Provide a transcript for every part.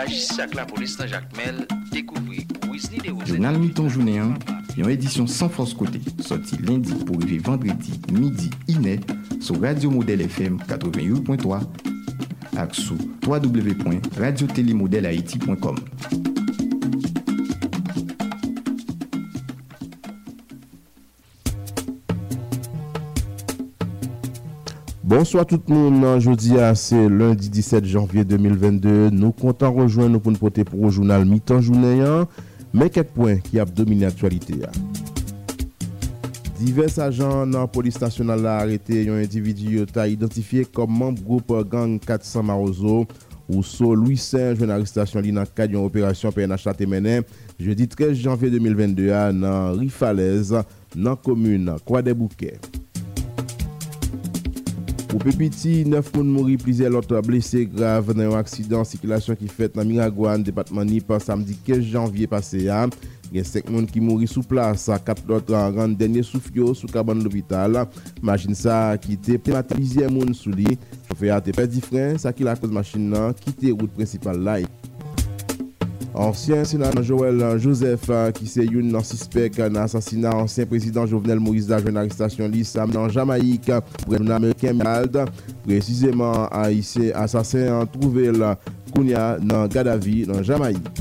magistrat la police dans Jacques Mel découvrir Wesley de Journal mi-temps journée, une édition sans force côté, sorti lundi pour arriver vendredi midi iné sur Radio Modèle FM 88.3 et sur www.radiotélémodèlehaïti.com. Bonsoir tout le monde. Jeudi, c'est lundi 17 janvier 2022. Nous comptons rejoindre pour nous porter pour le journal mi-temps journée. Mais quelques points qui ont dominé l'actualité. Divers agents dans la police nationale ont arrêté un individu qui a identifié comme membre groupe gang 400 Marozo ou so Louis Saint, jeune arrestation dans le cadre d'une opération PNH a été menée jeudi 13 janvier 2022 dans Rifalaise, dans la commune Croix-des-Bouquets. Pour Pépiti, 9 personnes mortes, plusieurs autres blessés graves dans un accident de circulation qui fait dans Miragouane, département Nip, samedi 15 janvier passé. Il y a 5 personnes qui mourent sous place, 4 autres en rang dernier souffle sous cabane de l'hôpital. Machine ça qui était plusieurs personnes sous lui. Chauffeur a perdu frein, ça qui la cause machine quitter route principale là. Ancien sénateur Joël Joseph qui c'est un suspect dans l'assassinat ancien président Jovenel Moïse la jeune arrestation l'Issam dans Jamaïque pour un américain Mald précisément haïtien assassin trouvé là Kounia dans Gadavi dans Jamaïque.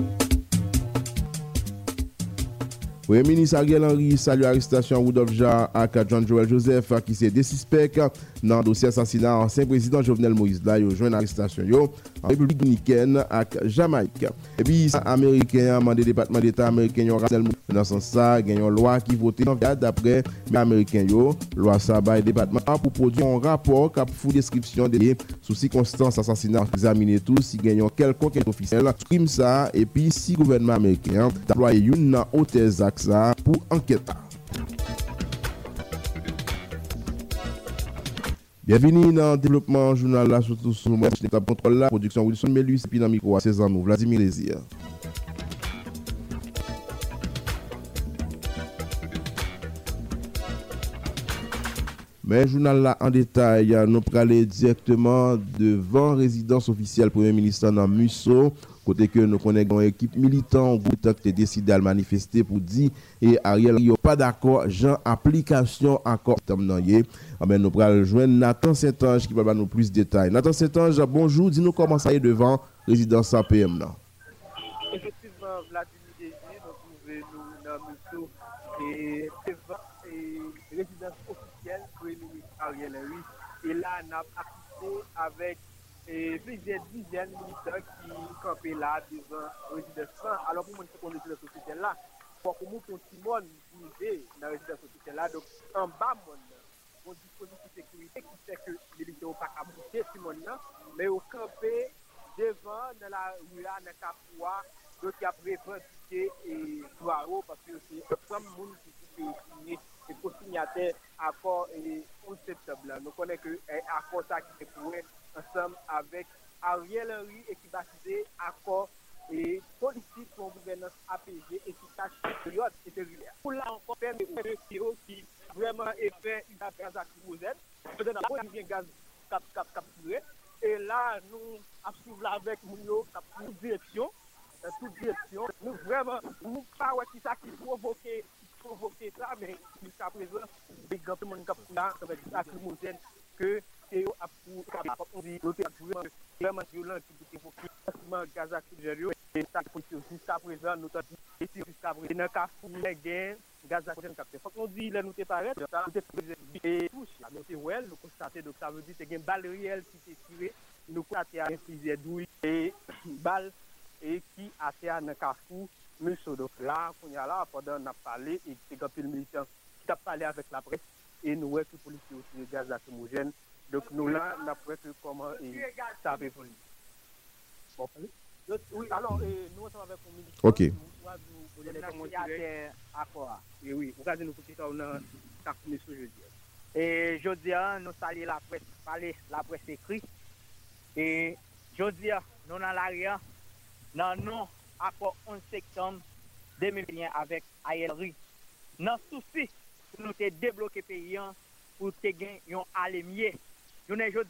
Premier ministre Ariel Henry salue l'arrestation Rudolph Ja et John Joel Joseph qui c'est des suspects dans le dossier assassinat ancien président Jovenel Moïse là yo joint arrestation yo en République dominicaine et Jamaïque. Et puis américain mandé département d'état américain yo dans ce sens ça gagne une loi qui voté d'après américain yo loi ça ba département pour produire un rapport qui fout description des sous circonstances assassinat examiner tout si gagne quelconque officiel crime ça et puis si gouvernement américain déployer une hôtesse ça pour enquête. Bienvenue dans le développement journal là surtout sur le machine de contrôle la production Wilson Melus et puis dans micro à 16 ans nous Vladimir Lézir. Mais journal là en détail nous aller directement devant résidence officielle Premier ministre dans Musso. Côté que nous connaissons une équipe militante qui a décidé de manifester pour dire et Ariel il pas d'accord Jean application accord terminé. Mais nous allons joindre Nathan Saint-Ange qui va nous plus de détails. Nathan Saint-Ange, bonjour, dis-nous comment ça est devant résidence APM là. Effectivement, Vladimir Désir, nous dans Musso et devant résidence officielle Premier ministre Ariel Henry et là on a assisté avec plusieurs dizaines de militants qui campaient là devant résidence. Alors pour moi, c'est résidence officielle là. Pour nous, on Simone pour dans résidence officielle là. Donc en bas, on dispositif de sécurité qui fait que les militants n'ont pas qu'à bouger Simone là, mais au campé devant dans la rue là, dans Capoua, donc il y a revendiqué et Touaro parce que c'est un monde qui signé et co-signataire accord et 11 septembre. Nous connaissons que accord ça qui est pour ensemble avec Ariel Henry et qui baptisé accord et politique pour gouvernance APG efficace période intérieure. Pour là encore permet aux qui vraiment effet une gaz acrymogène, peut-être on vient gaz capturé et là nous suivre avec Mounio toute direction nous vraiment nous pas qui ça qui provoquer ça mais jusqu'à présent les grands monde là avec acrymogène que et on dit vraiment violent qui évoqué gaz acrymogène et ça jusqu'à présent nous t'en dit jusqu'à présent dans cas les gain gaz acrymogène capté faut qu'on dit là nous te paraît et touche là donc ouais nous constater donc ça veut dire c'est une balle réelle qui s'est tirée nous constater un fusil douille et balle et qui a terre dans Carrefour monsieur donc là on y a là pendant on a parlé et c'est quand le militant qui a parlé avec la presse et nous ouais que policiers aussi gaz lacrymogène donc nous là on a presque comment ça va évoluer bon oui alors nous ensemble avec le militant OK accord et oui vous regardez nous petit on a Carrefour monsieur jeudi et jeudi nous saluer la presse parler la presse écrite et jeudi nous dans l'arrière dans non accord 11 septembre 2021 avec Ariel Henry. Dans souci pour nous te débloquer pays pour te gagner un aller mieux. Je ne veux dire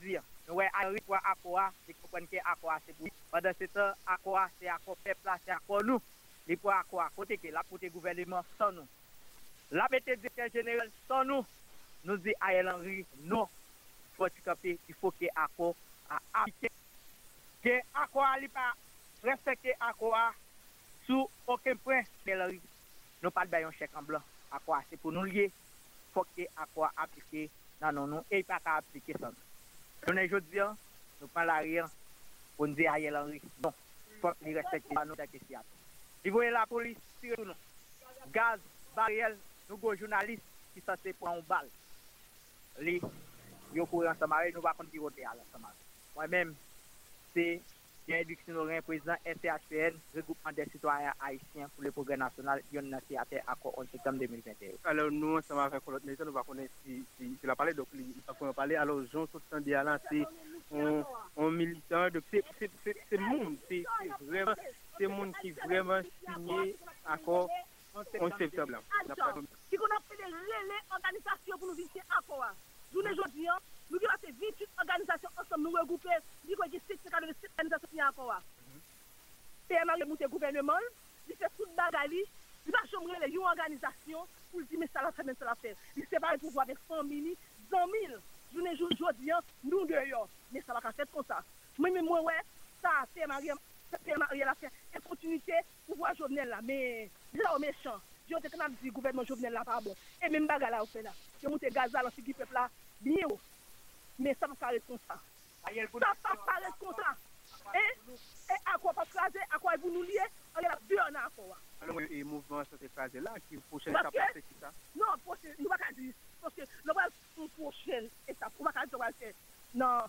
Ouais, Henri pour Akoa, il comprend que Akoa c'est pour pendant ce temps Akoa c'est Akoa peuple c'est Akoa nous. Les pour Akoa côté que la côté gouvernement sans nous. La méthode directeur général sans nous. Nous dit Ariel Henry non. Faut camper, il faut que Akoa a appliqué que Akoa il pas respecter Akoa sous aucun point. Nous pas de un chèque en blanc. Akoa c'est pour nous lier. Faut que Akoa appliquer dans nous et pas appliquer ça. Aujourd'hui, nous prenons l'arrière pour nous dire Ariel Henry. Non, il faut qu'il respecte nos questions. Il voyait la police tirer sur nous. Gaz, barrière, nous avons journalistes qui sont censés prendre une balle. Ils courent ensemble, nous ne pouvons pas tirer ensemble. Moi-même, c'est Jean-Luc Sinorin, président SCHPN, regroupement des citoyens haïtiens pour le progrès national, qui ont été à terre à 11 septembre 2021. Alors, nous, ensemble avec l'autre ministre, nous allons connaître si la parler, donc, il faut en parler. Alors, Jean Soutandi Alain, c'est un militant, c'est monde, c'est vraiment, c'est monde qui vraiment signé accord 11 septembre. Qui qu'on a fait des relais organisations pour nous visiter accord. Journée aujourd'hui, nous avons fait 28 organisations ensemble, nous regrouper, nous avons fait 6 organisations qui accord. PMA a monté le gouvernement, il fait tout le bagali, il va chambrer les organisations pour dire mais ça la fait, mais ça la fait. Il sépare le pouvoir avec 100 000, 100 000. Journée aujourd'hui, nous dehors, mais ça va faire comme ça. Moi-même, ouais, ça, PMA a fait une continuité pour voir Jovenel là, mais là, au méchant. Je te dis que le gouvernement Jovenel là pas bon. Et même bagarre là, on fait là. Je monte gaz là, ce qui peuple là, bien haut. Mais ça va paraître comme ça. Ça va paraître comme ça. Et à quoi pas craser, à quoi vous nous lier, on est là, deux en accord. Alors, et mouvement, ça s'est phasé là, qui prochaine étape, c'est qui ça? Non, nous ne pouvons pas dire. Parce que nous avons une prochaine étape. Nous ne pouvons pas dire. Non,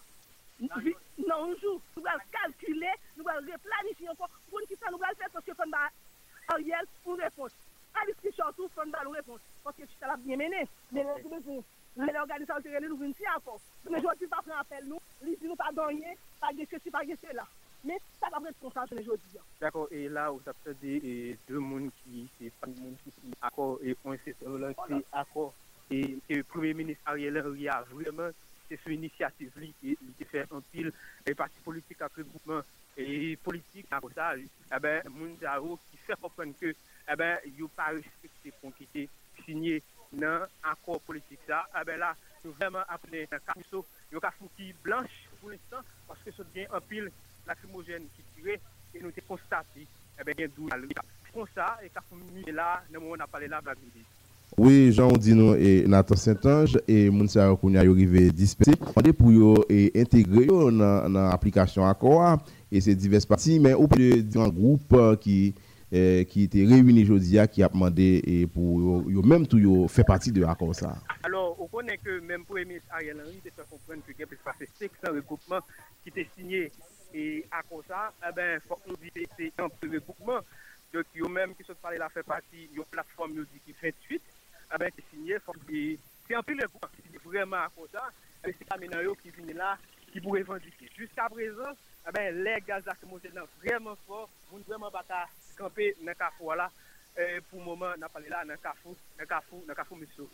un jour, nous allons calculer, nous allons replanifier encore. Pour qui ça, nous allons faire parce que nous avons Ariel pour réponse. À discussion, tout le monde va nous répondre. Parce que tu as bien mené. Mais l'organisation nous vient ici encore. Mais je ne vais pas prendre appel, nous. Nous pas gagner, pas de ceci, pas de cela. Mais ça va être comme ça aujourd'hui. D'accord, et là, vous avez dit deux mondes qui, c'est pas le monde qui sont accord et on s'est relancé accord. Et le Premier ministre Ariel Henry a vraiment, c'est sur initiative qui fait un pile, les partis politiques après groupement et politique, après ça, eh ben, Mounzaro qui fait comprendre que, eh ben, il n'y a pas respecté pour qui était signé dans l'accord politique ça, eh ben là, nous vraiment appelé un capuceau, il y a un qui blanche pour l'instant, parce que ça devient un pile lacrymogène qui tirait, et nous avons constaté, eh ben, il y a un doux. Comme ça, et quand on est là, nous on a parlé là, oui, Jean Dino et Nathan Saint-Ange et Mounsa Kounia y arrivé dispersé pour yo intégrer dans l'application accord et ces diverses parties mais au plus de un groupe qui était réuni aujourd'hui qui a demandé pour yo même tout yo fait partie de l'accord ça. Alors, on connaît que même Premier ministre Ariel Henry te fait comprendre que il y a plus de 500 regroupements qui étaient signés et accord ça, eh ben faut nous dire c'est un regroupement donc yo même qui sont parlé là fait partie de plateforme musique qui fait 28 avec signé, c'est un peu le groupe qui est vraiment à cause ça, et c'est Kaminayo qui vient là, qui pourrait revendiquer. Jusqu'à présent, les gaz lacrymogènes vraiment fort, nous vraiment pas camper dans le carrefour là, pour le moment, on a parlé là, dans le carrefour Misso.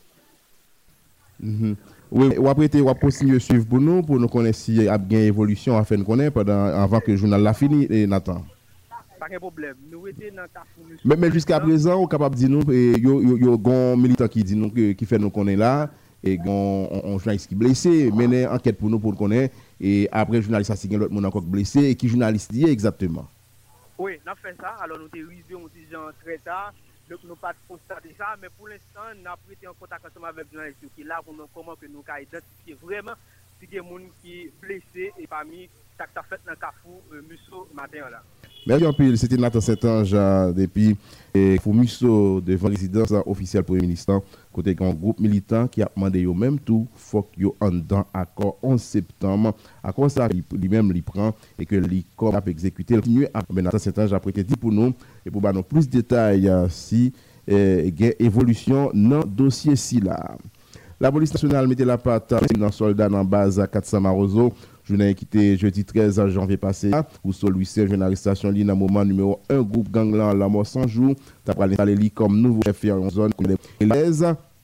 Oui, ou après, on va continuer à suivre pour nous connaître s'il y a bien évolution afin de connaître avant que le journal l'a fini, Nathan. Pas de problème. Nous étions dans le carrefour. Mais jusqu'à présent, on est capable de dire nous, il y a un militant qui dit nous, qui fait nous connaître là, et un journaliste qui est blessé, mener enquête pour nous connaître, et après le journaliste a signé l'autre monde encore blessé, et qui journaliste dit exactement. Oui, on a fait ça, alors nous avons révisé, on dit très tard, donc nous n'avons pas constaté ça, mais pour l'instant, nous avons été en contact ensemble avec le journaliste qui est là pour nous comment que nous avons identifié vraiment si il y a des gens qui sont blessés et parmi ça que fait dans le carrefour Musso matin là. Merci Jean-Pierre, c'était Nathan Saint-Ange depuis Musso devant la résidence officielle Premier ministre, côté un groupe militant qui a demandé yo même tout, faut que yo en dans accord 11 septembre, accord ça lui-même lui prend et que l'ICOM a exécuté. Nathan Saint-Ange a prêté dit pour nous et pour nous plus de détails si il y a évolution dans le dossier si là. La police nationale mettait la patte dans soldat dans base à 400 Marozo. Journée qui était jeudi 13 janvier passé, où celui-ci a une arrestation dans le moment numéro 1 groupe gangland la mort 100 jours. T'as parlé comme nouveau chef en zone l'aise.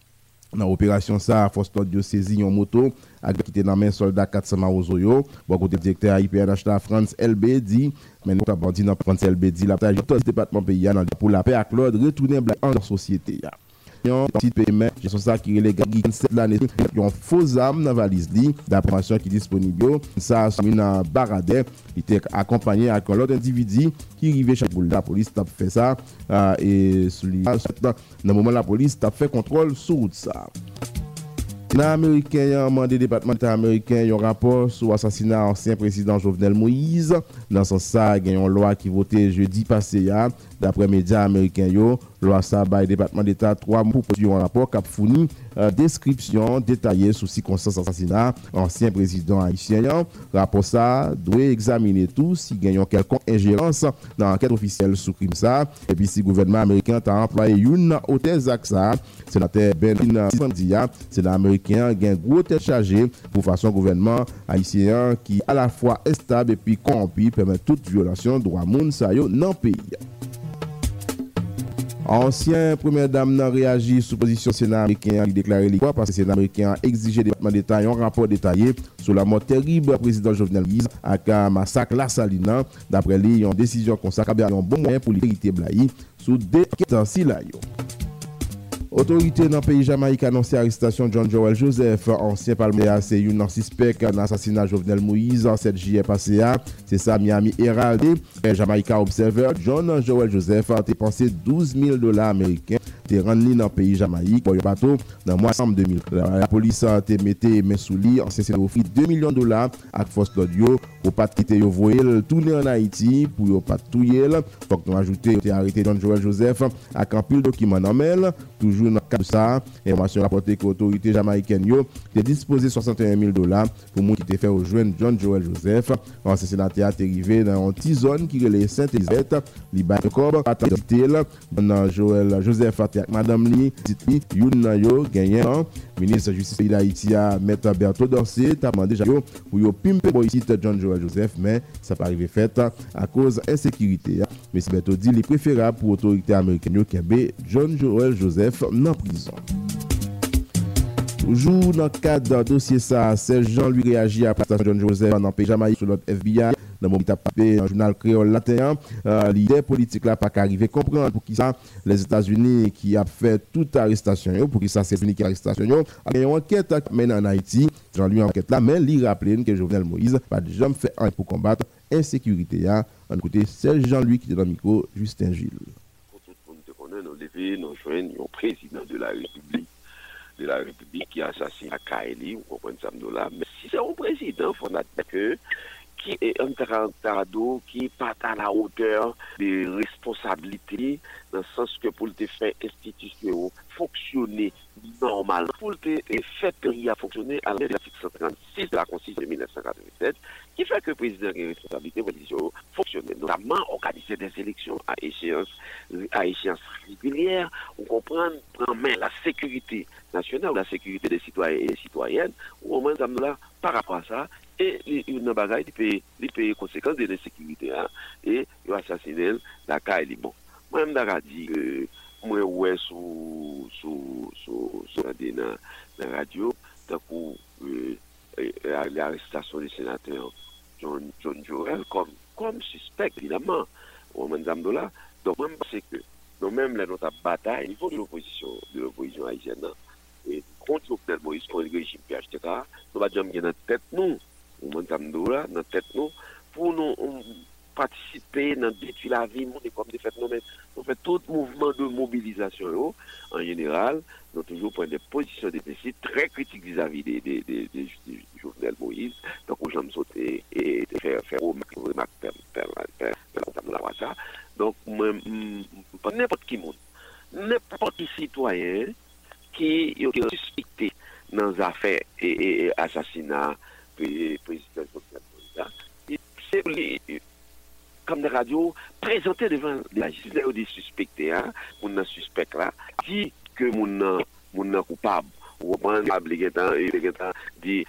Dans l'opération ça, force de saisi une moto avec qui était dans main soldat 400 Maozoyo. Bon côté directeur IPNH la France LB dit mais nous avons dit dans France LB dit la tout département pays pour la paix à l'ordre retourner en société. Un petit paiement, c'est ça qui est les gars qui l'année ont faux armes dans valise li d'information qui disponible ça dans Baradais il était accompagné avec l'autre individu qui arrivait chez la police a fait ça et dans le moment la police a fait contrôle sur route ça. L'Américain a demandé au département d'État américain un rapport sur l'assassinat de l'ancien président Jovenel Moïse. Dans ce sens, il y a une loi qui votait jeudi passé. D'après les médias américains, la loi ça le département d'État 3 mois pour produire un rapport qui a fourni description détaillée sur circonstances d'assassinat de l'ancien président haïtien. Le rapport ça doit examiner tout s'il y a quelconque ingérence dans l'enquête officielle sur crime ça. Et puis si le gouvernement américain a employé une hôtesse AXA, sénateur Ben Sandia, c'est l'américain qui a un gros tête chargé pour façon gouvernement haïtien qui à la fois est stable et puis corrompu permet toute violation de droits moun sa yo dans le pays. Ancien première dame n'a réagi sous position Sénat américain qui déclaré l'histoire parce que le Sénat américain a exigé des départements d'État un rapport détaillé sur la mort terrible du président Jovenel Moïse avec un massacre La Saline. D'après lui, une décision consacrée à un bon moyen pour l'hériter Blaï sous des questions. Autorité dans le pays Jamaïque a annoncé l'arrestation de John Joel Joseph, ancien parlementaire, c'est un suspect dans l'assassinat de Jovenel Moïse en 7 juillet passé. C'est ça, Miami Herald. Jamaïque Observer, John Joel Joseph a dépensé $12,000 américains te rendu dans le pays Jamaïque pour le bateau dans le mois de décembre 2000. La police a été mis main sous lit, en s'est offert $2 millions à force d'audio pour pas quitter yo voyer tourner en Haïti pour yo pas touyer. Faut que nous ajouter arrêté John Joel Joseph à un pile document en mail toujours dans le cadre de ça. Information rapportée que l'autorité jamaïcaine yo a disposé $61,000 pour moun qui te fait rejoindre John Joel Joseph. Ancien sénateur est arrivé dans une petite zone qui est Sainte-Elisabeth, Liban Cob, dans Joel Joseph avec madame li, dit youn yo gagnant ministre justice d'Haïti a mettre Berthaud Dorsey t'a demandé pour yo pimper ici John Joel Joseph mais ça pas arrivé fait à cause insécurité. Mais Berthaud dit il est préférable pour autorité américaine qui a John Joel Joseph en prison. Toujours dans le cadre d'un dossier ça, Serge Jean lui réagit à la prestation de John Joseph dans le pays Jamaïque sur l'autre FBI. Dans le moment où il a un journal créole latin, l'idée politique là pas qu'arriver comprendre pour qui ça les États-Unis qui a fait toute arrestation pour qui ça c'est fini qui arrestation il y a une enquête mène en Haïti Jean lui enquête là mais il rappelle que Jovenel Moïse pas jamais fait un pour combattre insécurité là en côté Serge Jean-Louis qui est dans le micro Justin Gilles. Pour tout le monde te connaît nous lever nous joindre un président de la République qui assassine Kaeli ou comprendre ça là mais si c'est un président faut admettre que qui est un tarado qui n'est pas à la hauteur des responsabilités, dans le sens que pour le faire institution fonctionner normalement, pour le faire pays à fonctionner à l'article 136 de la Constitution de 1987, qui fait que le président a une responsabilité pour fonctionner, notamment organiser des élections à échéance régulière, on comprend prendre main la sécurité nationale, la sécurité des citoyens et des citoyennes, ou au moins là, par rapport à ça, et une bagaille les pays conséquences de l'insécurité et ils assassinent la Kaeli. Bon, moi-même j'ai dit que moi ouais sur la radio pour l'arrestation du sénateur John Joel comme suspect évidemment au même là. Donc même c'est que nous-mêmes notre bataille au niveau de l'opposition haïtienne et contre Jovenel Moïse contre le régime PHTK, nous va jamais dans tête nous dans tête nous pour nous participer dans détruire la vie monde comme des fait nous fait tout mouvement de mobilisation en général nous toujours prendre des positions défensives très critiques vis-à-vis des Jovenel Moïse donc aux gens sauter et faire remarque ça donc pas n'importe qui monde n'importe qui citoyen qui est suspecté dans les affaires et assassinat président c'est comme la radio présenté devant la justice des suspectés mon suspect là dit que mon coupable ou coupable dit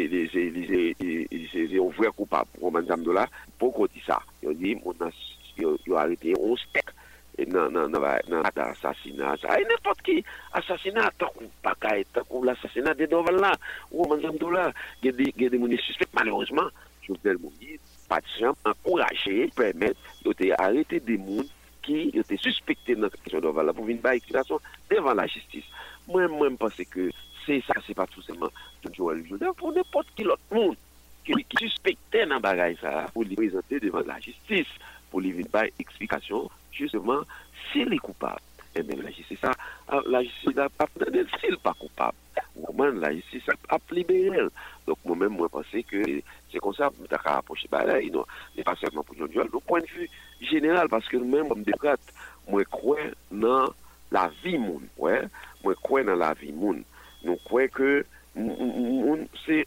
j'ai un vrai coupable pour madame de là pourquoi dit ça il dit on a arrêté 11 têtes dans l'assassinat, ça, et n'importe qui, assassinat, tant qu'on l'assassinat des Doval là, ou là, il y a des gens suspects, malheureusement, Jovenel Moïse, pas de champ, encourager, permettre d'arrêter des gens qui étaient suspectés dans la question de Doval là pour venir par explication devant la justice. Moi, je pense que c'est ça, c'est pas tout simplement Joël Jordan, pour n'importe qui autre monde qui suspectait dans le bagage ça, pour les présenter devant la justice, pour lui venir par explication, justement, s'il est coupable. Et même la justice, la justice n'a pas pris s'il n'est pas coupable. Moi, la justice a libéré. Donc, moi-même, moi, je pense que c'est comme ça que je vais approcher. Non, n'est pas seulement pour Joël. Le point de vue général, parce que nous-mêmes, comme démocrates, moi, je crois dans la vie monde. Ouais? Moi, je crois dans la vie monde. Nous croyons que c'est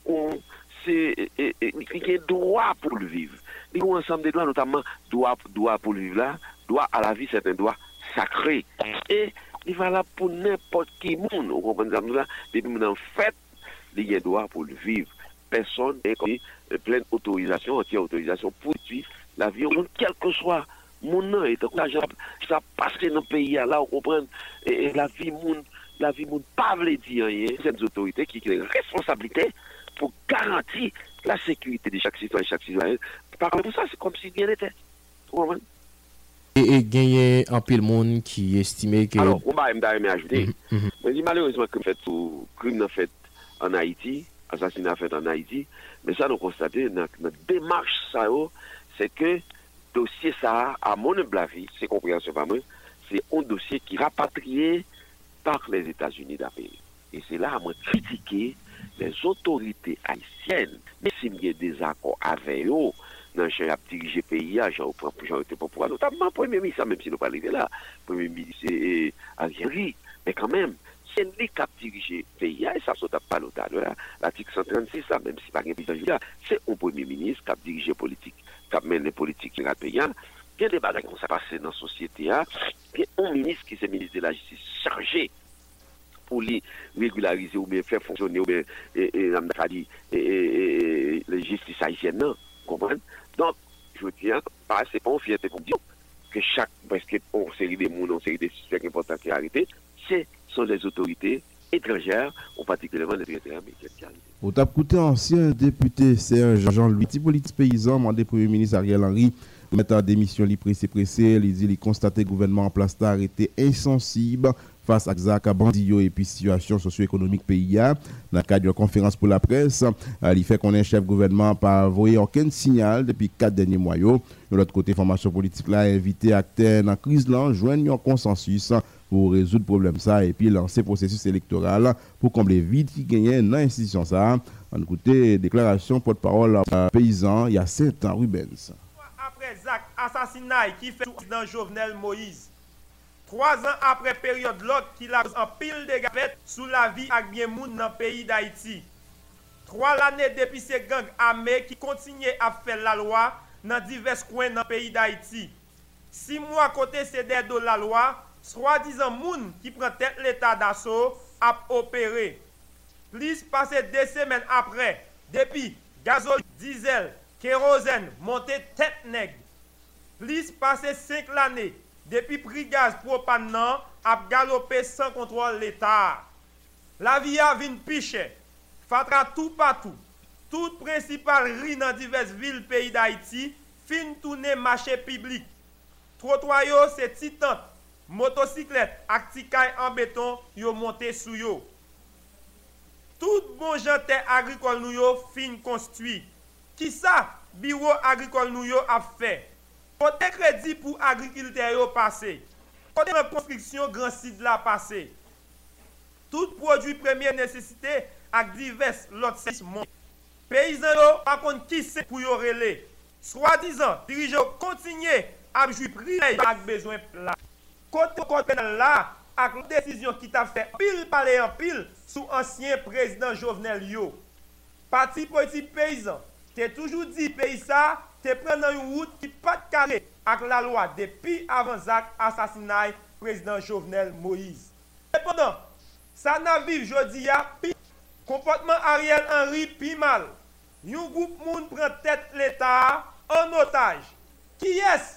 un droit pour le vivre. Il y a un ensemble de droits, notamment droit pour le vivre là, droit à la vie, c'est un droit sacré. Et il va là pour n'importe qui monde. Vous comprenez ça? Depuis en fait, il y a un droit pour le vivre. Personne n'est pleine autorisation, entière autorisation pour vivre la vie, quel que soit mon nom. Et donc là, ça passe dans le pays là, vous comprenez? Et la vie monde pas veut dire rien. C'est une autorité qui a une responsabilité pour garantir la sécurité de chaque citoyen et chaque citoyen. Par contre, ça, c'est comme si rien n'était. Et gagner un peu le monde qui estimait que. Alors, on va me ajouter. Mais malheureusement, crime fait en Haïti, assassinat fait en Haïti, mais ça, nous constatons dans notre démarche, c'est que dossier ça, à mon avis, c'est compréhension pas moi, c'est un dossier qui est rapatrié par les États-Unis d'Amérique. Et c'est là, moi, critiquer les autorités haïtiennes, mais s'il y a des accords avec eux, dans j'ai dirigé le pays, j'ai été pour pouvoir, notamment Premier ministre, même si nous pas arrivé là, Premier ministre Ariel, mais quand même, c'est lui qui a dirigé le pays, et ça ne saute pas l'autre. L'article 136, ça, même si pas un président, c'est un Premier ministre qui a dirigé la politique, qui a mené la politique dans le pays. Il y a des bagages qui sont passés dans la société, il y a un ministre qui est ministre de la Justice chargé pour les régulariser ou bien faire fonctionner ou bien la justice haïtienne, non, comprenez? Donc, je tiens, c'est pas une fierté pour dire que chaque, parce qu'on série des monde, on série des suspects importants qui sont arrêtés, ce sont les autorités étrangères, ou particulièrement les autorités américaines qui arrivent. Au tap coûté ancien député Serge Jean-Louis, petit politique paysan, mandé Premier ministre Ariel Henry, mettre en démission, il pressé, il dit, il constate le gouvernement en place a été insensible face à Zaka Bandillo et puis situation socio-économique pays. Dans le cadre d'une conférence pour la presse, il fait qu'on est chef gouvernement pas envoyé aucun signal depuis 4 derniers mois. De l'autre côté, formation politique là a invité acteurs dans la crise là, joindre un consensus pour résoudre le problème ça et puis lancer le processus électoral pour combler vide qui gagne dans l'institution ça. On écoute déclaration porte-parole paysan, il y a 7 ans, Rubens. Après Zach assassinat qui fait dans Jovenel Moïse. 3 ans après période l'autre qui a en pile de gafettes sous la vie avec bien moun dans le pays d'Haïti. 3 années depuis ces gangs armés qui continuent à faire la loi dans divers coins dans le pays d'Haïti. 6 mois à côté c'est de la loi, soi-disant moun qui prend tête l'état d'assaut a opéré. Plus passé 2 semaines après, depuis gazole, diesel, kérosène monté tête nègre. Plus passé 5 l'année. Depuis prix gaz propane a galopé sans contrôle l'État. La vie a vin piche. Fatra tout partout. Tout principal rue dans diverses villes pays d'Haïti fin tourner marché public. Trottoir yo c'est titan, motocyclette ak tikay en béton yo monté sou yo. Tout bon janté agricole nou yo fin construit. Qui ça bureau agricole nou yo a fait? Côté crédit pour agriculteurs yo passé. Côté construction grand site là passé. Tout produit première nécessité avec divers lots montés. Paysans yo par contre qui c'est pour yo relé. Soi-disant dirigeants continuer à jouer prix avec besoin là. Côté là avec décision qui t'a fait pile parler en pile sous ancien président Jovenel yo. Parti politique paysan, t'es toujours dit pays ça te prendre une route qui pas de carré avec la loi depuis avant Zach assassinat président Jovenel Moïse. Cependant, ça n'a vive jodi a comportement Ariel Henry pi mal. Un groupe moun prend tête l'État en otage. Qui est-ce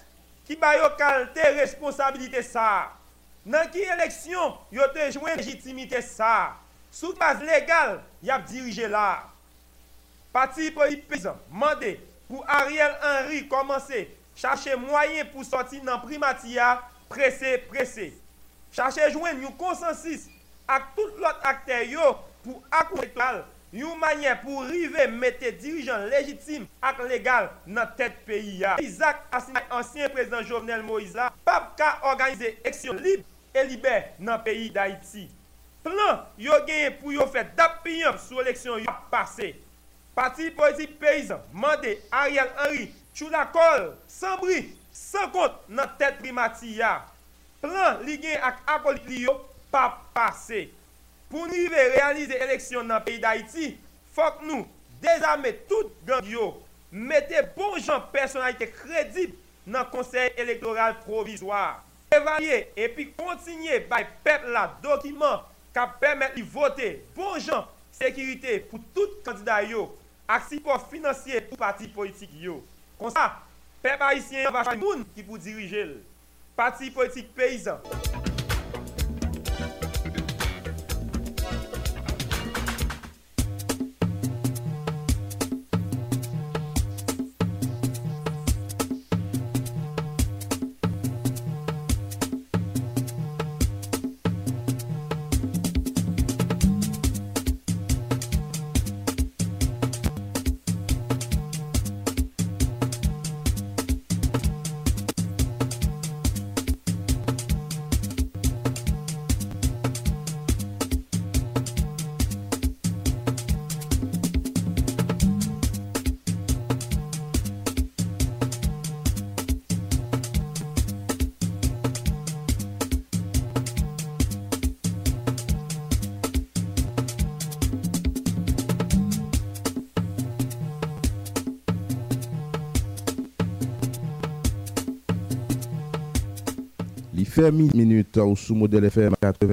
qui ba yo kalte responsabilité ça. Dans qui élection yo te joint légitimité ça. Sous base légale, y a dirigé là. Parti politique paysan mandé pour Ariel Henry commencer chercher moyen pour sortir dans primatia pressé. Chercher joindre un consensus avec tout l'autre acteur yo pour accompagner une manière pour arriver mettre dirigeants légitimes et légal dans tête pays. Isaac Assina, ancien président Jovenel Moïse, là, pas qu'à organiser élection libre et libère dans le pays d'Haïti. Plan yo gagné pour yo faire d'appuyer sur l'élection yo passé. Parti politique paysan mandé Ariel Henry sous la colle sans bris, sans compte dans tête primatia. Plan li gen ak acolyte li yo pas passé. Pour nous réaliser l'élection dans le pays d'Haïti, faut que nous désarmer tout gang yo, mettez bon gens personnalité crédible dans le conseil électoral provisoire. Évaluer et puis continuer par peuple la document qui permettent de voter bon gens sécurité pour tout candidat yo, ak support financier pour parti politique yo. Comme ça, peuple haïtien va choisir moun qui pour diriger le parti politique paysan. Il fait minutes sous modèle FM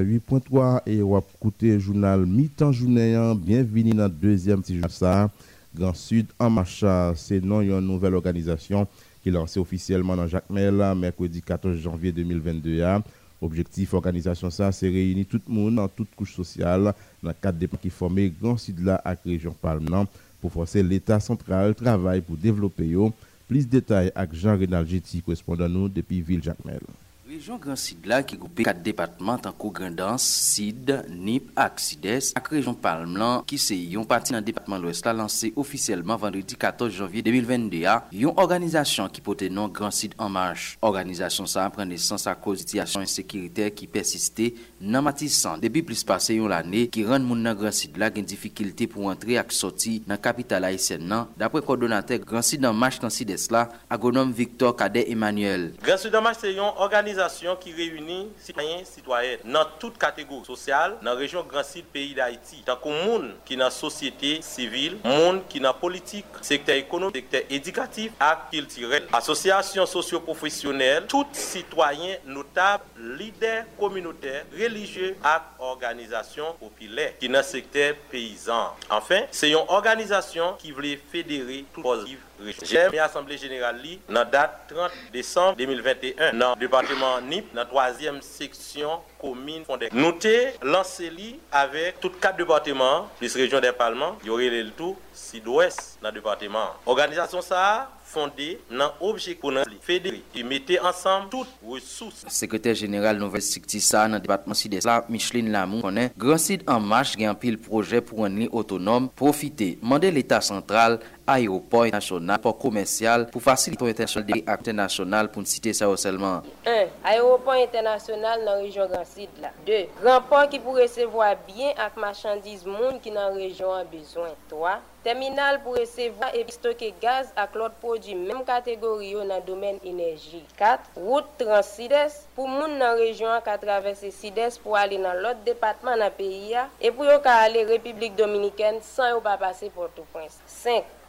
88.3 et on va écouter journal mi-temps journée. Bienvenue dans le deuxième petit jour ça. Grand Sud en marche, c'est non une nouvelle organisation qui est lancée officiellement dans Jacmel mercredi 14 janvier 2022. Objectif organisation ça, c'est réunir tout le monde dans toute couche sociale dans 4 départements qui forment Grand Sud là avec région Parlement pour forcer l'État central travail pour développer yo. Plus de détails avec Jean-Renal Jetti, correspondant nous depuis ville Jacmel. Région Grand Sud là qui groupe 4 départements tant que Grandance, Sid, Nip, Axides, ak région Parlement qui c'est yon parti dans département l'Ouest là lancé officiellement vendredi 14 janvier 2022 yon organisation qui porte nom Grand Sud en marche. Organisation ça prend naissance à cause de situation insécuritaire qui persistait dans Matissan depuis plus passé yon l'année qui rend moun nan Grand Sud là gen difficulté pour entrer ak sorti dans capitale haïtienne nan d'après coordonnateur Grand Sud en marche dans Sides là agronome Victor Cadet Emmanuel. Grand Sud en marche c'est yon organisation qui réunit citoyens et citoyennes dans toute catégorie sociale dans la région Grand Sud pays d'Haïti. Tant que monde qui dans société civile, monde qui dans politique, secteur économique, secteur éducatif et culturel, associations socio-professionnelles, tout citoyen notable, leader communautaire, religieux et organisation populaire qui dans le secteur paysan. Enfin, c'est une organisation qui voulait fédérer tout positif. J'ai mis l'Assemblée générale dans la date 30 décembre 2021 dans le département NIP, dans la 3e section commune fondée. Notez lancé avec toutes 4 départements, plus région des Parlements, il y aurait le tout sud-ouest dans le département. Organisation ça fondée dans l'objectif pour fédérer et mettre ensemble toutes ressources. Secrétaire général Nouvelle Sictissa dans le département sud-est là, Micheline Lamou connaît Grand Sud en marche gagne pile projet pour un autonome profiter demander l'État central aéroport national pour commercial pour faciliter l'international des acteurs nationaux pour citer ça seulement. 1. Aéroport international dans la région Grand Sud là. 2. Grand port qui pour recevoir bien avec marchandises monde qui dans la région a besoin. 3. Terminal pour recevoir et stocker gaz avec l'autre produit même catégorie dans le domaine énergie. 4. Route Transides pour moun dans la région qui traverser Sides pour aller dans l'autre département dans le pays et pour aller République Dominicaine sans pas passer Port-au-Prince. 5.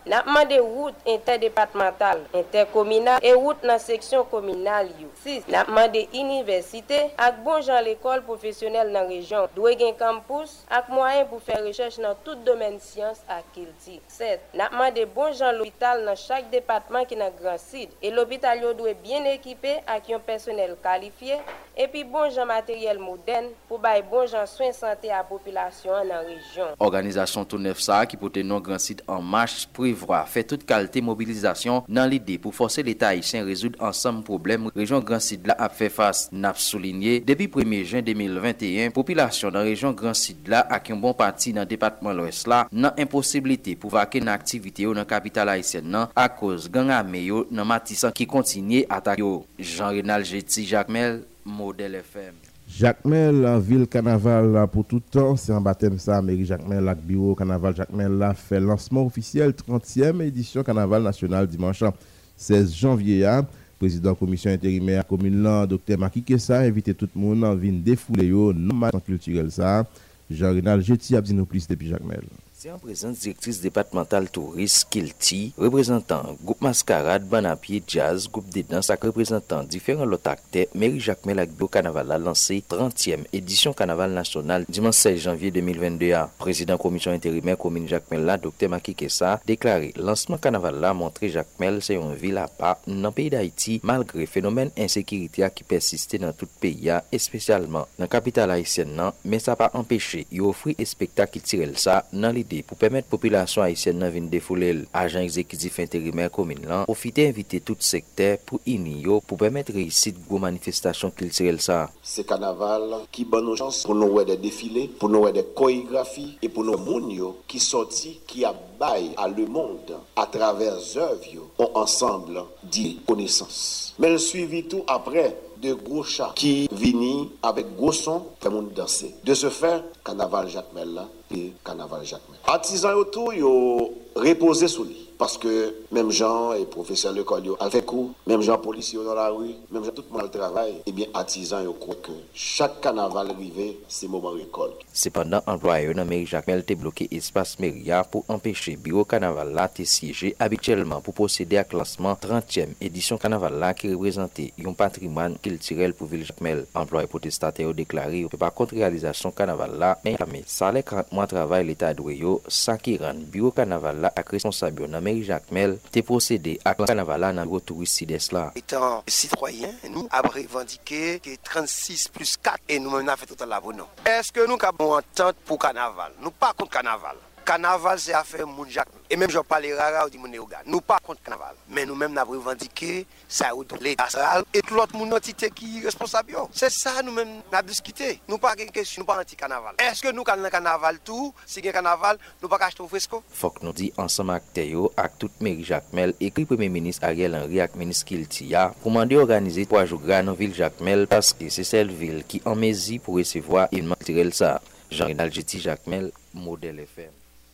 N'a demandé route interdépartementale, intercommunale et route dans section communale. 6. N'a demandé université avec bon genre l'école professionnelle dans la région. Doit un campus avec moyen pour faire recherche dans tout domaine sciences à culture. 7. N'a demandé bon genre l'hôpital dans chaque département qui n'a grand site et l'hôpital doit bien équipé avec un personnel qualifié et puis bon genre matériel moderne pour bailler bon genre soins santé à la population dans la région. Organisation tout neuf ça qui porte non grand site en marche prévoit fait toute qualité mobilisation dans l'idée pour forcer l'État haïtien résoudre ensemble problème région grand site là a fait face. N'a souligné depuis 1er juin 2021 population dans région grand site là avec un bon parti dans département l'ouest là n'a impossibilité pour vaquer une activité dans capitale haïtienne nan à cause gang armé yo dans Matissan qui continue attaquer Jean-Renal Jetty Jacmel Modèle FM. Jacmel en ville carnaval pour tout temps, c'est un baptême ça, mairie Jacmel avec bureau carnaval Jacmel là fait lancement officiel 30e édition carnaval national dimanche 16 janvier. Président commission intérimaire commune là, Dr Maki Kessa invité tout le monde à venir défouler yo non match culturel ça. Jean-Renal Jetty a dit nous plus depuis Jacmel. C'est en présence directrice départementale touriste Kilti, représentant groupe Mascarade, Banapied, Jazz, groupe de danse avec représentant différents autres acteurs, mairie Jacmel avec Bio Carnaval a lancé 30e édition Carnaval national dimanche 16 janvier 2022. Président commission intérimaire commune Jacmel là, Dr Maki Kessa, déclaré lancement Carnaval là montré Jacmel c'est une ville à part dans le pays d'Haïti malgré phénomène insécurité qui persiste dans tout le pays et spécialement dans la capitale haïtienne, mais ça pas empêché y offrir un spectacle qui tire ça dans l'idée pour permettre population haïtienne de venir défouler. Agent exécutif intérimaire commune là profiter inviter tout secteur pour unir pour permettre réussite de manifestation culturelle ça. C'est carnaval qui donne nos chances pour nous voir des défilés, pour nous voir des chorégraphies et pour nous mounio qui sorti qui abaille à le monde à travers œuvres ont ensemble dit connaissance. Mais le suivi tout après de gros chats qui viennent avec gros sons pour le monde danser. De ce fait, carnaval Jacmel là et carnaval Jacmel. Artisans autour, ils reposé sous lui. Parce que même gens et professeurs de l'école, ils fait cours, même gens policiers dans la rue, même gens tout le monde travaille, et bien artisans, ils croient que chaque carnaval arrivé, c'est moment récolte. Cependant, employés dans mairie Jacmel te bloqué espace Méria pour empêcher bureau carnaval là te siéger habituellement pour procéder à classement 30e édition carnaval là qui représentait un patrimoine culturel pour ville Jacmel. Employés protestataires ont déclaré que par contre réalisation carnaval là, mais ça les 40 mois travail l'état doué yo, ça qui rend bureau carnaval là avec responsable dans mairie Jacmel te procéder à carnaval là dans le tourisme sides là. Étant citoyens, nous avons revendiqué que 36 plus 4 et nous avons fait tout à l'abonnement. Est-ce que nous avons une entente pour carnaval? Nous pas contre carnaval. Carnaval, c'est affaire moun Jacmel. Et même je parle rara ou di moun Néoga. Nous pas contre carnaval. Mais nous-mêmes, nous avons revendiqué ça ou l'État et tout l'autre moun entité qui est responsable. C'est ça nous-mêmes, nous avons discuté. Nous pas une question, nous pas anti-carnaval. Est-ce que nous, quand le carnaval tout, si il y a carnaval, nous pas acheter au fresco? Faut que nous dit ensemble avec Théo, avec toute mairie Jacmel, écrit Premier ministre Ariel Henry avec ministre Kiltia, pour demander organiser 3 jours dans ville Jacmel parce que c'est celle ville qui en mesure pour recevoir une matériel ça. Jean-Renal Jetty Jacmel, Modèle FM.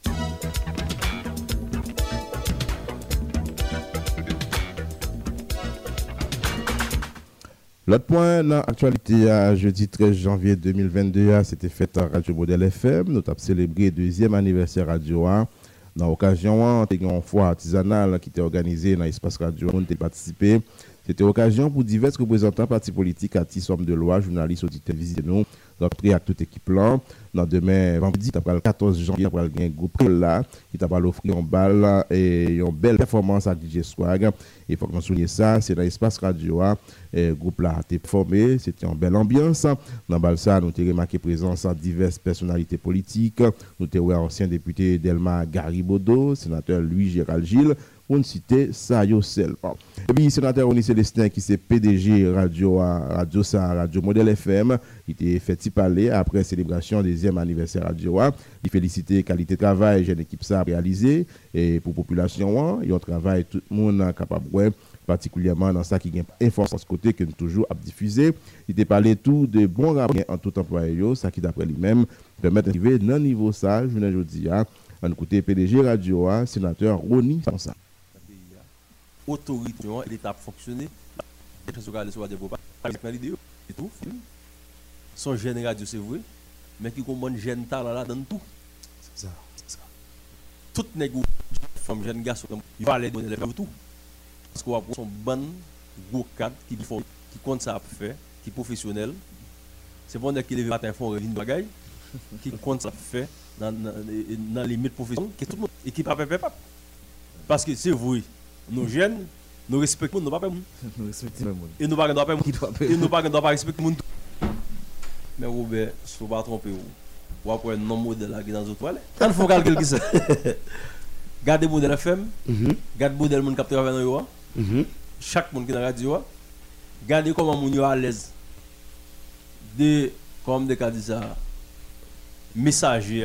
L'autre point dans l'actualité, jeudi 13 janvier 2022, c'était fait à Radio Modèle FM. Nous avons célébré le 2e anniversaire Radio 1. Dans l'occasion, il y a une foire artisanale qui était organisée dans l'espace radio, on a participé. C'était l'occasion pour divers représentants partis politiques, artistes, hommes de loi, journalistes, auditeurs, visiter nous, rentrer avec toute équipe là. Dans demain, vendredi, le 14 janvier, il y a un groupe là qui t'a offert un bal et une belle performance à DJ Swag. Il faut que nous soulignions ça, c'est dans l'espace radio. Le groupe là a été formé, c'était une belle ambiance. Dans bal ça, nous avons remarqué présence de diverses personnalités politiques. Nous avons ancien député Delma Garibodo, sénateur Louis Gérald Gilles. On citer ça seulement. Et puis, sénateur Oni Célestin, qui c'est PDG Radio Modèle FM, il était fait parler après célébration des 2e anniversaire Radio 1. Il félicite qualité de travail, jeune équipe ça a réalisé. Et pour la population, il y a un travail tout le monde capable de particulièrement dans ça qui gagne information ce côté que nous toujours à diffuser. Il était parlé tout de bons rapports en tout employé, ça qui d'après lui-même permet d'arriver dans le niveau ça, je ne dis pas. On écoute PDG Radio 1, sénateur Roni Sansa. Autorité et l'État fonctionner. Son jeune radio, c'est vrai, mais qui comprend jeune talent là dans tout. C'est ça. Tout négociation femmes, jeunes garçons, ils vont aller donner les femmes tout. Parce qu'on va prendre son bon gros cadre qui compte ça à faire, qui est professionnel. C'est bon qu'il lève matin font une bagaille, qui compte ça à faire dans les limites professionnelles, qui tout le monde et qui pas papa. Parce que c'est vrai, nos jeunes, nous respectons nous pas peur. Nous respectons le monde. Et nous pas peur. Et nous pas respecter le monde. Mais Robert, si vous pas tromper ou après un non modèle là qui dans autres toilettes. Quand il faut calculer qui ça. Gardez modèle FM, gardez modèle monde capteur avec nous. Chaque monde qui dans la radio, gardez comment moun yo à l'aise. Comme des cas dit ça, messager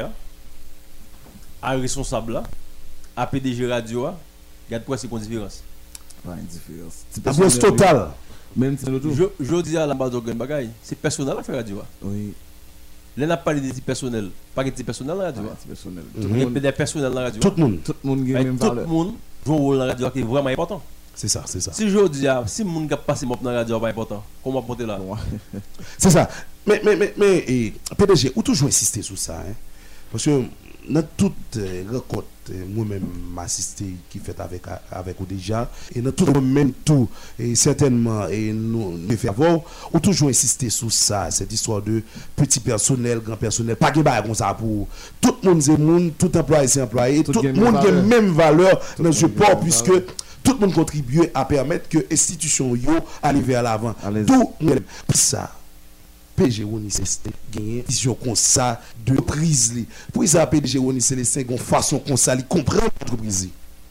à responsable à PDG radio, gardez quoi c'est une différence. Pas une différence. Différence totale. Même si je dis à la base de bagaille, c'est personnel à faire radio. Oui. Là n'a pas des personnels, pas des personnels à la radio. Personnel. Il y a des personnels à la radio. Tout le monde joue un rôle dans la radio qui est vraiment important. C'est ça. Si je dis si le monde qui passe dans la radio pas important, comment porter là? C'est ça. Mais PDG, ou toujours insister sur ça parce que dans toute rencontre moi-même m'assister qui fait avec ou déjà et dans tout même tout et certainement et nous faire voir ou toujours insister sur ça, cette histoire de petit personnel, grand personnel, pas que comme ça pour tout le monde c'est monde, tout employé c'est employé, tout le monde a même valeur dans ce port puisque tout le monde contribue à permettre que l'institution yo arrive à l'avant. Tout ça PDG Rony Célestin gagner vision comme ça de prise li. Pour ça PDG Rony Célestin gon façon comme ça li comprendre entreprise.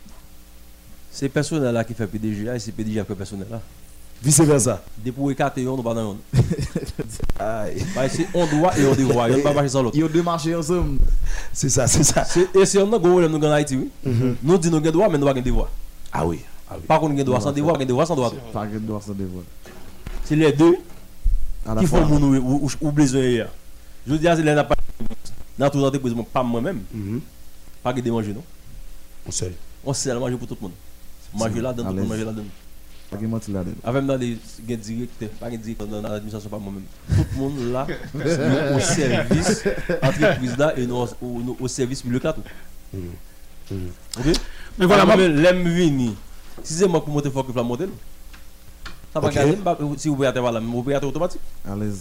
C'est personnel là qui fait PDG et c'est PDG qui fait personnel là. Vice versa. Depuis 4 ans on pas dans. Aïe. C'est on doit et on devoir, on pas marcher sans l'autre. Ils ont deux marcher ensemble. C'est ça. Et c'est on a go nous en Haïti oui. Nous dit nous gain droit mais nous pas gain devoir. Ah oui. Pas qu'on gain droit sans devoir, gain droit sans droit. Pas gain droit sans devoir. C'est les deux qui font mon ou besoin. Je dis à n'a pas dans toute entreprise pas moi-même. Pas que de manger non. On sait manger pour tout le monde. Manger là dedans, manger là dedans. Pas que mentir là dedans. Avec dans les directeurs, pas que directeur dans l'administration pas moi-même. Tout le monde là au service entreprise là et au service public là tout. OK? Mais voilà, l'aime venir. Si c'est moi pour monter faut que la modèle. Ça va gagner si vous pouvez voilà, vous pouvez être automatique. À l'aise.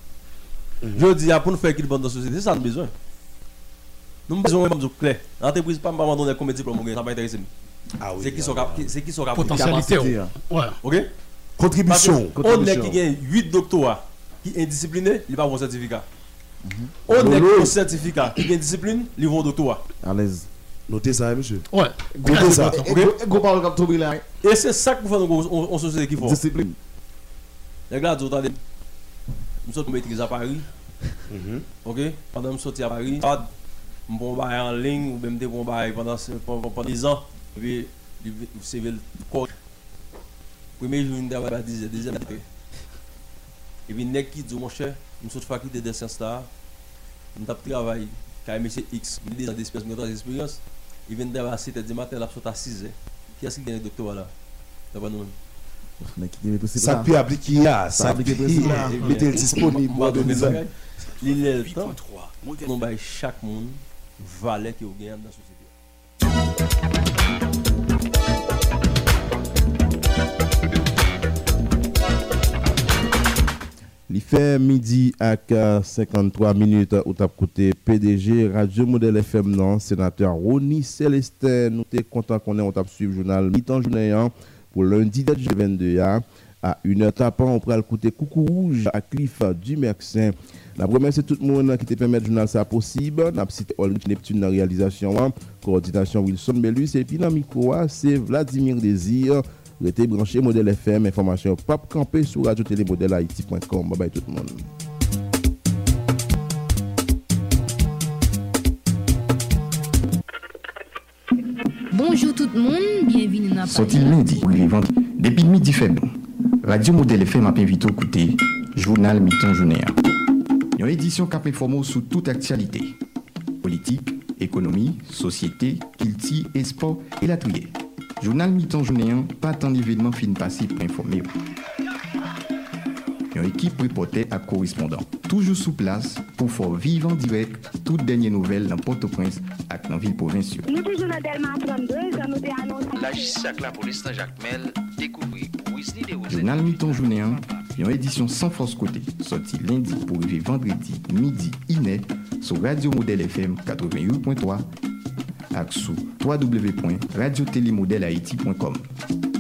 Je dis pour nous faire qu'il dans la société, ça nous besoin. Nous besoin de clair. L'entreprise pas m'abandonner comme diplôme, ça va intéresser. Ah oui. C'est qui sont potentialité. Ouais. OK? Contribution. On est qui gagne 8 doctorats qui est indiscipliné, il va avoir un certificat. On est qui certificat qui gagne discipline, il va un doctorat. À l'aise. Notez ça, monsieur. Ouais. Notez ça. Et c'est ça que nous faisons en société qui faut. Discipline. Les gars, nous sommes maîtrisés à Paris. OK? Pendant que nous sortis à Paris, je suis en ligne ou même pendant 10 ans. Puis, c'est le corps. Premier jour, je travaille à 10 ans. Et puis, les qui disent, mon cher, nous sommes faculté de sciences là. Nous avons travaillé. Quand M. X, il a des expériences. Il vient d'avoir 7h du matin, là, à 6h. Qui est-ce qui gagne le doctorat là? D'abord nous-mêmes. Ça peut appliquer là, ça peut mettre disponible. Il est le temps. Nous avons chaque monde valeur qui gagne dans la société. Il fait midi à 53 minutes où t'as écouté PDG Radio Modèle FM non sénateur Rony Célestin. Nous sommes contents qu'on ait on t'a suivre journal mi-temps journée pour lundi 22 à 1h tapant on pourra écouter Coucou Rouge à Cliff du Mercin. La première c'est tout le monde qui te permet le journal ça possible. N'a cité Olrich Neptune dans réalisation, coordination Wilson Belus et puis dans micro c'est Vladimir Désir. Restez branché Modèle FM, information Pape Campé sur radio télé modèle haïti.com. Bye bye tout le monde. Bonjour tout le monde, bienvenue dans Sorti le lundi, depuis midi faible. Radio Modèle FM a invité à écouter Journal mi-temps journée. Une édition qui informe sur toute actualité. Politique, économie, société, culture et sport et la trier. Journal mi-temps journée, pas tant d'événements fin passé pour informer. Une équipe reporter à correspondant. Toujours sous place pour faire vivre en direct toutes dernières nouvelles dans Port-au-Prince et dans ville provinciale. Nous toujours dans Delma 32, ça nous a annoncé. La justice avec la police Saint-Jacques-Mel découvrit Wesley de Journal Mi-temps journée 1, une édition sans force côté, sorti lundi pour arriver vendredi midi iné sur Radio Modèle FM 88.3 et sur www.radiotélémodèlehaïti.com.